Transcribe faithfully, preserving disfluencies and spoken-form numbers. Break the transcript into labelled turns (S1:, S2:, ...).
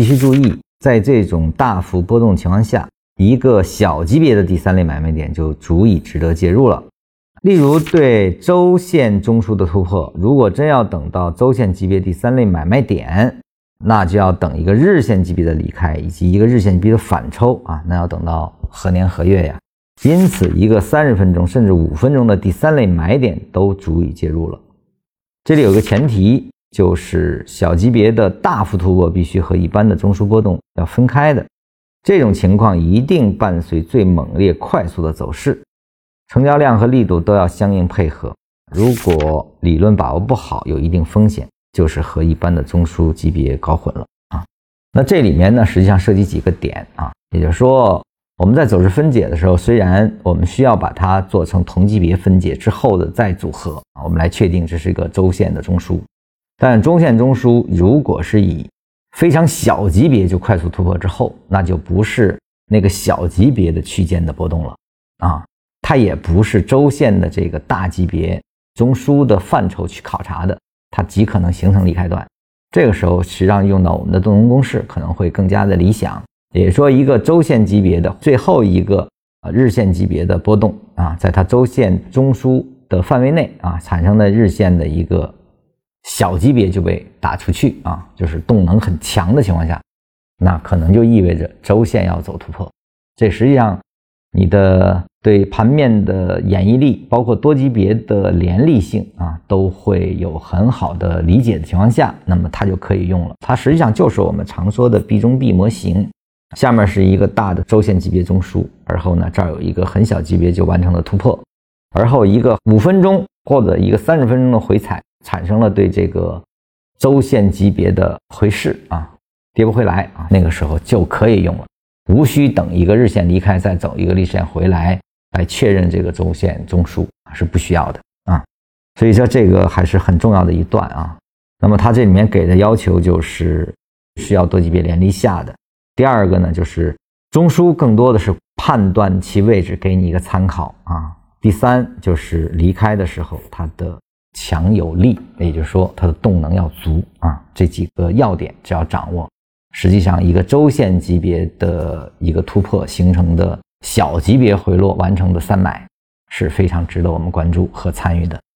S1: 必须注意，在这种大幅波动情况下，一个小级别的第三类买卖点就足以值得介入了。例如对周线中枢的突破，如果真要等到周线级别第三类买卖点，那就要等一个日线级别的离开以及一个日线级别的反抽啊，那要等到何年何月呀？因此一个三十分钟甚至五分钟的第三类买点都足以介入了。这里有个前提，就是小级别的大幅突破必须和一般的中枢波动要分开的，这种情况一定伴随最猛烈快速的走势，成交量和力度都要相应配合。如果理论把握不好，有一定风险，就是和一般的中枢级别搞混了啊。那这里面呢，实际上涉及几个点啊，也就是说我们在走势分解的时候，虽然我们需要把它做成同级别分解之后的再组合，我们来确定这是一个周线的中枢，但中线中枢如果是以非常小级别就快速突破之后，那就不是那个小级别的区间的波动了啊，它也不是周线的这个大级别中枢的范畴去考察的，它极可能形成离开段。这个时候实际上用到我们的动能公式可能会更加的理想，也就是说一个周线级别的最后一个日线级别的波动啊，在它周线中枢的范围内啊产生的日线的一个小级别就被打出去啊，就是动能很强的情况下，那可能就意味着周线要走突破。这实际上你的对盘面的演绎力，包括多级别的连立性啊，都会有很好的理解的情况下，那么它就可以用了。它实际上就是我们常说的 B 中 B 模型，下面是一个大的周线级别中枢，而后呢这儿有一个很小级别就完成了突破，而后一个五分钟或者一个三十分钟的回踩，产生了对这个周线级别的回试啊，跌不回来啊，那个时候就可以用了，无需等一个日线离开再走一个日线回来来确认这个周线中枢，是不需要的啊。所以说这个还是很重要的一段啊。那么它这里面给的要求就是需要多级别连立下的。第二个呢，就是中枢更多的是判断其位置，给你一个参考啊。第三就是离开的时候它的强有力，也就是说它的动能要足啊。这几个要点只要掌握，实际上一个周线级别的一个突破形成的小级别回落完成的三买是非常值得我们关注和参与的。